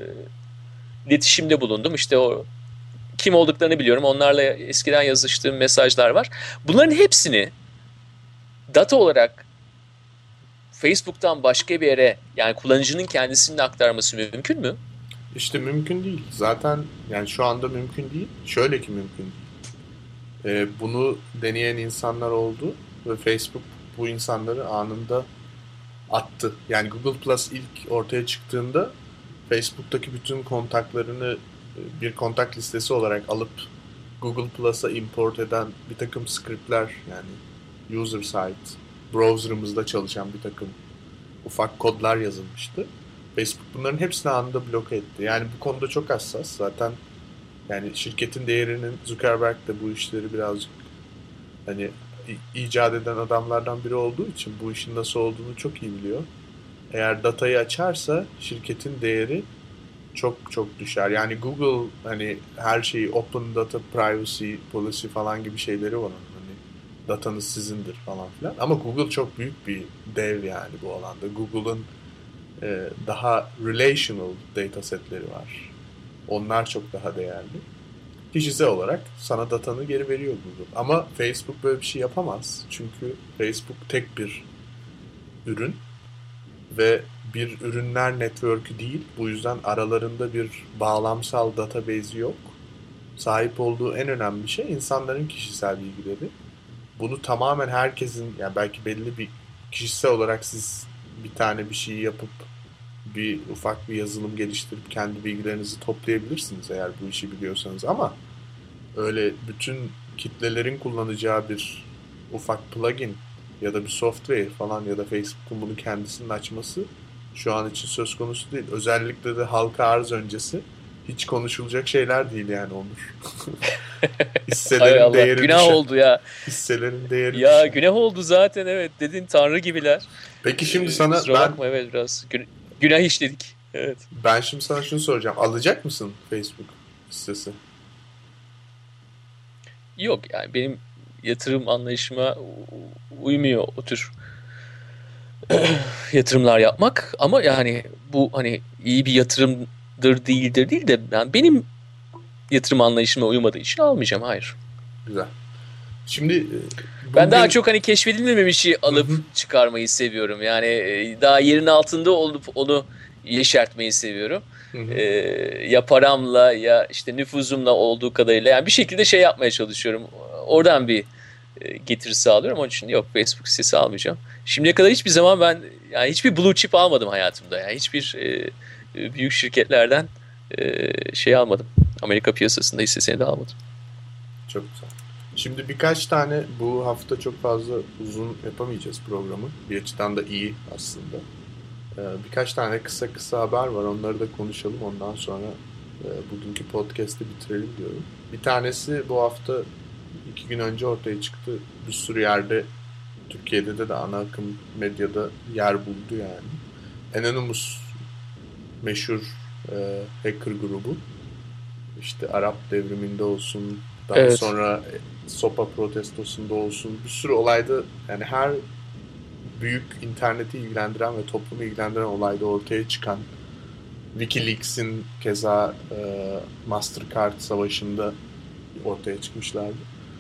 iletişimde bulundum. İşte o kim olduklarını biliyorum. Onlarla eskiden yazıştığım mesajlar var. Bunların hepsini data olarak Facebook'tan başka bir yere yani kullanıcının kendisinin aktarması mümkün mü? İşte mümkün değil. Zaten yani şu anda mümkün değil. Şöyle ki mümkün değil. Bunu deneyen insanlar oldu ve Facebook bu insanları anında attı. Yani Google Plus ilk ortaya çıktığında Facebook'taki bütün kontaklarını bir kontak listesi olarak alıp Google Plus'a import eden bir takım scriptler yani user side, browser'ımızda çalışan bir takım ufak kodlar yazılmıştı. Facebook bunların hepsini anında bloke etti. Yani bu konuda çok hassas. Zaten yani şirketin değerinin Zuckerberg de bu işleri birazcık hani icat eden adamlardan biri olduğu için bu işin nasıl olduğunu çok iyi biliyor. Eğer datayı açarsa şirketin değeri çok çok düşer. Yani Google hani her şeyi open data privacy policy falan gibi şeyleri var. Hani datanız sizindir falan filan. Ama Google çok büyük bir dev yani bu alanda. Google'ın daha relational data setleri var. Onlar çok daha değerli. Kişisel olarak sana datanı geri veriyor Google. Ama Facebook böyle bir şey yapamaz. Çünkü Facebook tek bir ürün ve bir ürünler network'ü değil. Bu yüzden aralarında bir bağlamsal database'i yok. Sahip olduğu en önemli şey insanların kişisel bilgileri. Bunu tamamen herkesin yani belki belli bir kişisel olarak siz bir tane bir şey yapıp bir ufak bir yazılım geliştirip kendi bilgilerinizi toplayabilirsiniz eğer bu işi biliyorsanız ama öyle bütün kitlelerin kullanacağı bir ufak plugin ya da bir software falan ya da Facebook'un bunu kendisinin açması şu an için söz konusu değil. Özellikle de halka arz öncesi hiç konuşulacak şeyler değil yani Onur. Hisselerin değeri günah düşer. oldu ya. Hisselerin değeri ya düşer. Günah oldu zaten evet dedin tanrı gibiler. Peki şimdi sana kusura bakma, evet biraz günah işledik. Evet. Ben şimdi sana şunu soracağım. Alacak mısın Facebook hissesi? Yok yani benim yatırım anlayışıma uymuyor o tür yatırımlar yapmak ama yani bu hani iyi bir yatırımdır değildir değil de yani benim yatırım anlayışıma uymadığı için almayacağım, hayır. Güzel. Şimdi ben daha çok hani keşfedilmemişi alıp çıkarmayı seviyorum. Yani daha yerin altında olup onu yeşertmeyi seviyorum. Ya paramla ya işte nüfuzumla olduğu kadarıyla yani bir şekilde şey yapmaya çalışıyorum. Oradan bir getiri sağlıyorum. Onun için yok, Facebook hissesi almayacağım. Şimdiye kadar hiçbir zaman ben yani hiçbir blue chip almadım hayatımda. Yani hiçbir büyük şirketlerden şey almadım. Amerika piyasasında hissesini de almadım. Çok güzel. Şimdi birkaç tane bu hafta çok fazla uzun yapamayacağız programı. Bir açıdan da iyi aslında. Birkaç tane kısa haber var. Onları da konuşalım. Ondan sonra bugünkü podcast'i bitirelim diyorum. Bir tanesi bu hafta 2 gün önce ortaya çıktı. Bir sürü yerde Türkiye'de de ana akım medyada yer buldu yani. Anonymous meşhur hacker grubu işte Arap devriminde olsun, daha Evet. sonra Sopa protestosunda olsun, bir sürü olayda, yani her büyük interneti ilgilendiren ve toplumu ilgilendiren olayda ortaya çıkan, WikiLeaks'in keza Mastercard savaşında ortaya çıkmışlardı.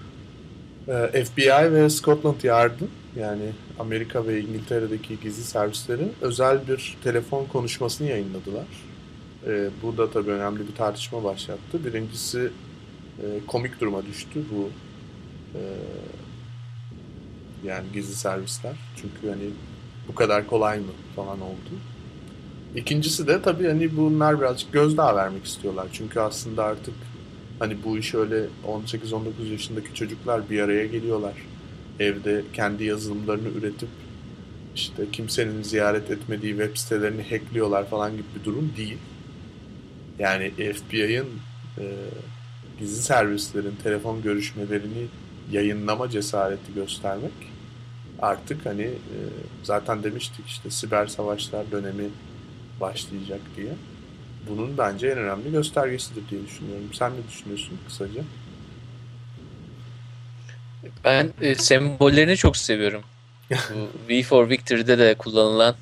FBI ve Scotland Yard'ın, yani Amerika ve İngiltere'deki gizli servislerin özel bir telefon konuşmasını yayınladılar. Bu da tabii önemli bir tartışma başlattı. Birincisi komik duruma düştü bu yani gizli servisler. Çünkü hani bu kadar kolay mı falan oldu. İkincisi de tabii hani bunlar birazcık gözdağı vermek istiyorlar. Çünkü aslında artık hani bu iş öyle 18-19 yaşındaki çocuklar bir araya geliyorlar. Evde kendi yazılımlarını üretip işte kimsenin ziyaret etmediği web sitelerini hackliyorlar falan gibi bir durum değil. Yani FBI'ın gizli servislerin telefon görüşmelerini yayınlama cesareti göstermek artık hani zaten demiştik işte siber savaşlar dönemi başlayacak diye. Bunun bence en önemli göstergesidir diye düşünüyorum. Sen ne düşünüyorsun kısaca? Ben sembollerini çok seviyorum. Bu V for Victory'de de kullanılan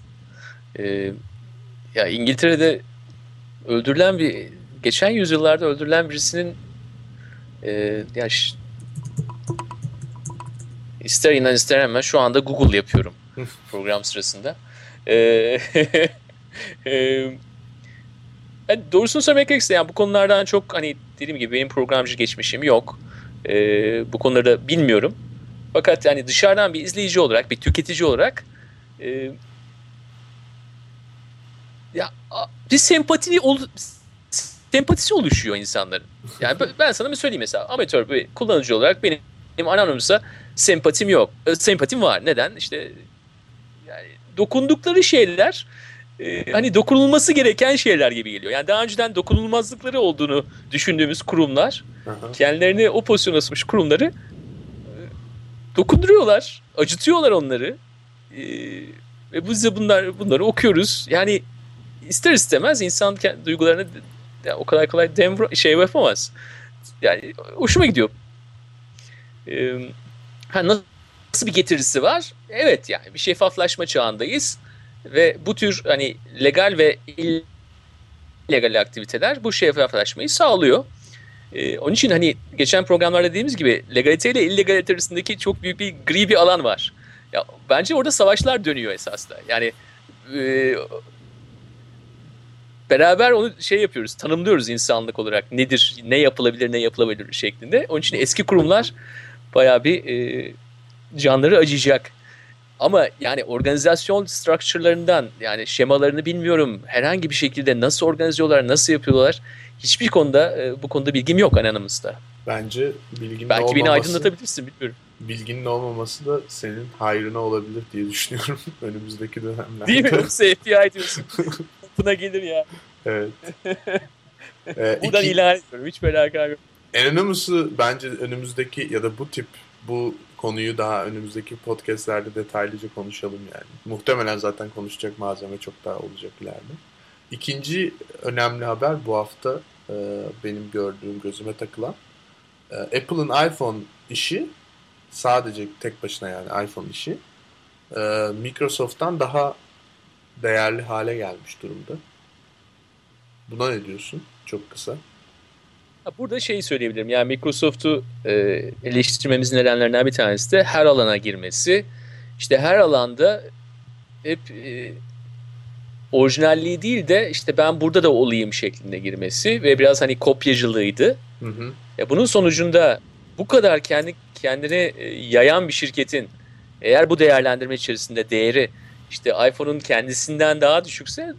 ya İngiltere'de geçen yüzyıllarda öldürülen birisinin ya ister inan ister hemen şu anda Google yapıyorum program sırasında. Yani doğrusunu söylemek gerekirse yani bu konulardan çok hani dediğim gibi benim programcı geçmişim yok. Bu konuları da bilmiyorum. Fakat yani dışarıdan bir izleyici olarak, bir tüketici olarak ya bir sempatisi oluşuyor insanların. Yani ben sana bir söyleyeyim mesela amatör bir kullanıcı olarak benim Anonymouse'a sempatim yok. Sempatim var. Neden? İşte yani dokundukları şeyler hani dokunulması gereken şeyler gibi geliyor. Yani daha önceden dokunulmazlıkları olduğunu düşündüğümüz kurumlar, kendilerini o pozisyona asmış kurumları dokunduruyorlar, acıtıyorlar onları. Ve biz de bunları okuyoruz. Yani ister istemez insan duygularını o kadar kolay yapamaz. Yani hoşuma gidiyor. Nasıl bir getirisi var? Evet yani bir şeffaflaşma çağındayız ve bu tür hani legal ve illegal aktiviteler bu şeffaflaşmayı sağlıyor. Onun için hani geçen programlarda dediğimiz gibi legalite ile illegalite arasındaki çok büyük bir gri bir alan var. Ya bence orada savaşlar dönüyor esasında. Yani beraber onu yapıyoruz, tanımlıyoruz insanlık olarak. Nedir, ne yapılabilir, ne yapılabilir şeklinde. Onun için eski kurumlar bayağı bir canları acıyacak. Ama yani organizasyon structure'larından yani şemalarını bilmiyorum. Herhangi bir şekilde nasıl organize ediyorlar, nasıl yapıyorlar? Hiçbir konuda bu konuda bilgim yok Anonymous'ta. Bence bilginin belki olmaması, beni aydınlatabilirsin bilmiyorum. Bilginin olmaması da senin hayrına olabilir diye düşünüyorum önümüzdeki dönemlerde. Değil mi? Yoksa FBI diyorsun. Buna gelir ya. Evet. Buradan ilan ediyorum. Hiç merak etme. Anonymous'u bence önümüzdeki ya da bu konuyu daha önümüzdeki podcastlerde detaylıca konuşalım yani. Muhtemelen zaten konuşacak malzeme çok daha olacak ileride. İkinci önemli haber bu hafta benim gördüğüm gözüme takılan Apple'ın iPhone işi sadece tek başına yani iPhone işi Microsoft'tan daha değerli hale gelmiş durumda. Buna ne diyorsun? Çok kısa. Burada söyleyebilirim. Yani Microsoft'u eleştirmemizin nedenlerinden bir tanesi de her alana girmesi. İşte her alanda hep orijinalliği değil de işte ben burada da olayım şeklinde girmesi ve biraz hani kopyacılığıydı. Hı. Bunun sonucunda bu kadar kendini yayan bir şirketin eğer bu değerlendirme içerisinde değeri işte iPhone'un kendisinden daha düşükse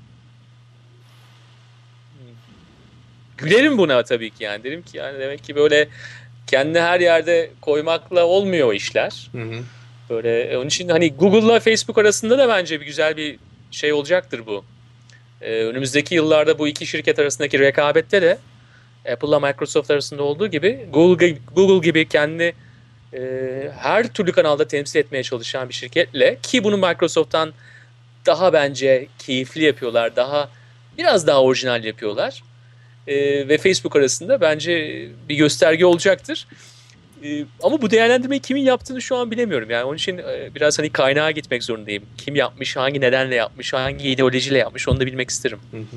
gülerim buna tabii ki yani. Derim ki yani demek ki böyle kendini her yerde koymakla olmuyor o işler. Hı. Böyle onun için hani Google'la Facebook arasında da bence bir güzel bir şey olacaktır bu. Önümüzdeki yıllarda bu iki şirket arasındaki rekabette de Apple'la Microsoft arasında olduğu gibi Google gibi kendini her türlü kanalda temsil etmeye çalışan bir şirketle ki bunu Microsoft'tan daha bence keyifli yapıyorlar. Biraz daha orijinal yapıyorlar. ve Facebook arasında bence bir gösterge olacaktır. Ama bu değerlendirmeyi kimin yaptığını şu an bilemiyorum. Yani onun için biraz hani kaynağa gitmek zorundayım. Kim yapmış, hangi nedenle yapmış, hangi ideolojiyle yapmış onu da bilmek isterim.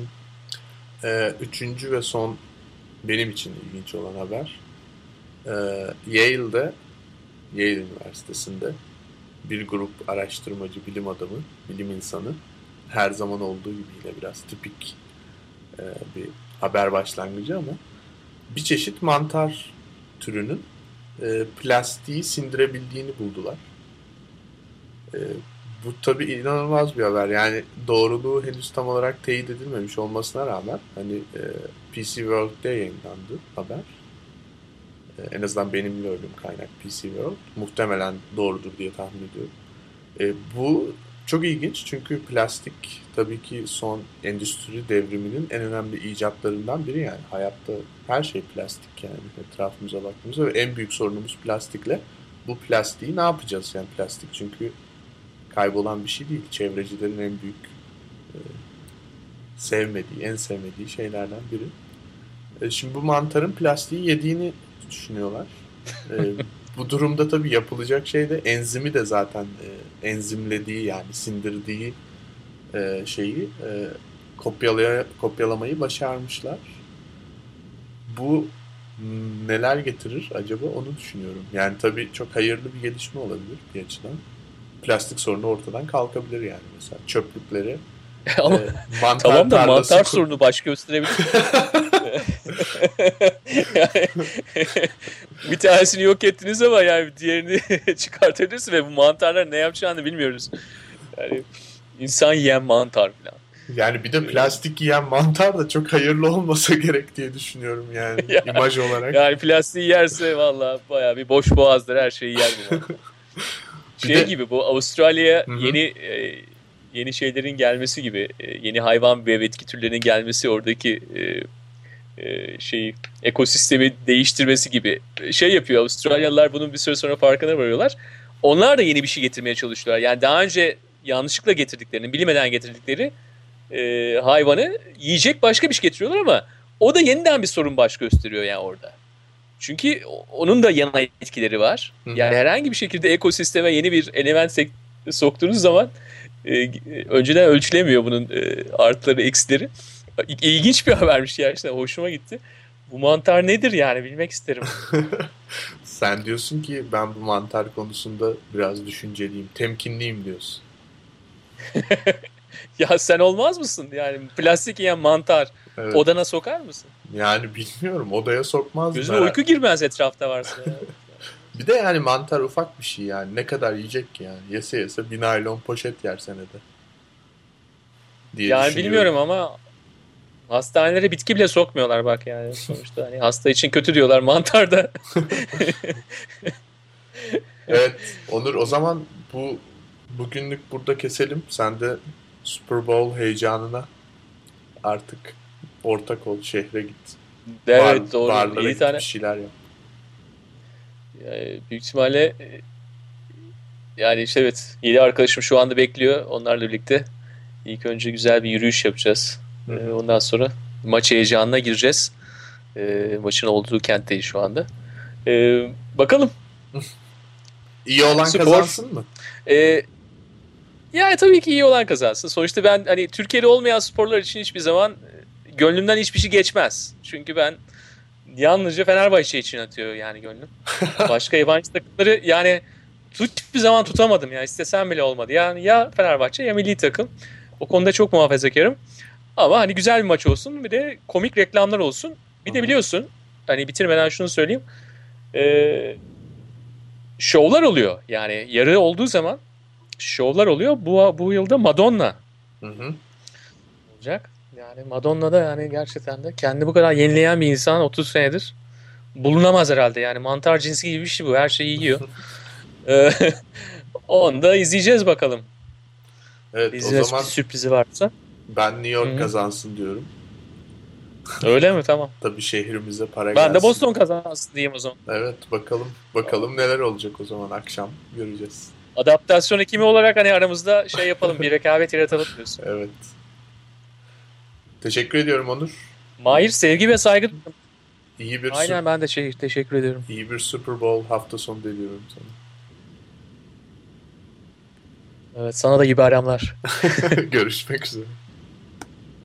Üçüncü ve son benim için ilginç olan haber. Yale Üniversitesi'nde bir grup araştırmacı, bilim adamı, bilim insanı, her zaman olduğu gibi yine biraz tipik bir haber başlangıcı ama bir çeşit mantar türünün plastiği sindirebildiğini buldular. Bu tabii inanılmaz bir haber. Yani doğruluğu henüz tam olarak teyit edilmemiş olmasına rağmen hani PC World'de yayınlandı haber. En azından benim gördüğüm kaynak PC World. Muhtemelen doğrudur diye tahmin ediyorum. Bu çok ilginç çünkü plastik tabii ki son endüstri devriminin en önemli icatlarından biri yani. Hayatta her şey plastik yani etrafımıza baktığımızda ve en büyük sorunumuz plastikle. Bu plastiği ne yapacağız yani plastik çünkü kaybolan bir şey değil. Çevrecilerin en büyük en sevmediği şeylerden biri. Şimdi bu mantarın plastiği yediğini düşünüyorlar. Bu durumda tabii yapılacak şey de enzimi de zaten enzimlediği yani sindirdiği şeyi kopyalamayı başarmışlar. Bu neler getirir acaba onu düşünüyorum. Yani tabii çok hayırlı bir gelişme olabilir bir açıdan. Plastik sorunu ortadan kalkabilir yani mesela çöplükleri ama tamam da mantar sorunu baş gösterebilir. Yani, bir tanesini yok ettiniz ama yani diğerini çıkartabilirsin ve bu mantarlar ne yapacağını bilmiyoruz. Yani insan yiyen mantar falan. Yani bir de plastik yiyen mantar da çok hayırlı olmasa gerek diye düşünüyorum yani imaj olarak. Yani plastiği yerse vallahi bayağı bir boş boğazdır her şeyi yer bu mantar. Gibi bu Avustralya'ya yeni şeylerin gelmesi gibi yeni hayvan ve bitki türlerinin gelmesi oradaki ekosistemi değiştirmesi gibi yapıyor. Avustralyalılar bunun bir süre sonra farkına varıyorlar. Onlar da yeni bir şey getirmeye çalışıyorlar. Yani daha önce yanlışlıkla getirdiklerini, bilemeden getirdikleri hayvanı yiyecek başka bir şey getiriyorlar ama o da yeniden bir sorun baş gösteriyor yani orada. Çünkü onun da yan etkileri var. Yani herhangi bir şekilde ekosisteme yeni bir element soktuğunuz zaman önceden ölçülemiyor bunun artıları, eksileri. İlginç bir habermiş gerçekten. Hoşuma gitti. Bu mantar nedir yani bilmek isterim. Sen diyorsun ki ben bu mantar konusunda biraz düşünceliyim, temkinliyim diyorsun. Ya sen olmaz mısın? Yani plastik yiyen mantar odana sokar mısın? Yani bilmiyorum. Odaya sokmaz. Gözüne uyku girmez etrafta varsa. Bir de yani mantar ufak bir şey yani. Ne kadar yiyecek ki yani. Yese bir naylon poşet yer senede. Yani bilmiyorum ama hastanelere bitki bile sokmuyorlar bak yani. Sonuçta hani hasta için kötü diyorlar mantarda. Evet Onur o zaman bugünlük burada keselim. Sen de Super Bowl heyecanına artık ortak ol, şehre git. Evet doğru. Barlara git, bir şeyler yap. Yani, büyük ihtimalle yani evet 7 arkadaşım şu anda bekliyor. Onlarla birlikte ilk önce güzel bir yürüyüş yapacağız. Ondan sonra maç heyecanına gireceğiz. Maçın olduğu kentteyiz şu anda. Bakalım. İyi olan kazansın mı? Yani tabii ki iyi olan kazansın. Sonuçta ben hani Türkiye'de olmayan sporlar için hiçbir zaman gönlümden hiçbir şey geçmez. Çünkü ben yalnızca Fenerbahçe için atıyor yani gönlüm. Başka yabancı takımları yani hiçbir zaman tutamadım ya. İstesem bile olmadı. Yani ya Fenerbahçe ya milli takım. O konuda çok muhafazakarım. Ama hani güzel bir maç olsun. Bir de komik reklamlar olsun. Bir de biliyorsun hani bitirmeden şunu söyleyeyim. Şovlar oluyor. Yani yarı olduğu zaman şovlar oluyor. Bu yılda Madonna olacak. Yani Madonna da yani gerçekten de kendi bu kadar yenileyen bir insan 30 senedir bulunamaz herhalde. Yani mantar cinsi gibi bir şey bu. Her şeyi yiyor. Onu da izleyeceğiz bakalım. Evet, o zaman bir sürprizi varsa. Ben New York kazansın diyorum. Öyle mi? Tamam. Tabii şehrimize para gelsin. Ben de Boston kazansın diyeyim o zaman. Evet bakalım neler olacak o zaman akşam göreceğiz. Adaptasyon ekimi olarak hani aramızda yapalım bir rekabet yaratalım diyorsun. Evet. Teşekkür ediyorum Onur. Mahir, sevgi ve saygı. İyi bir Aynen, ben de teşekkür ediyorum. İyi bir Super Bowl hafta sonu diliyorum sana. Evet, sana da iyi bayramlar. Görüşmek üzere.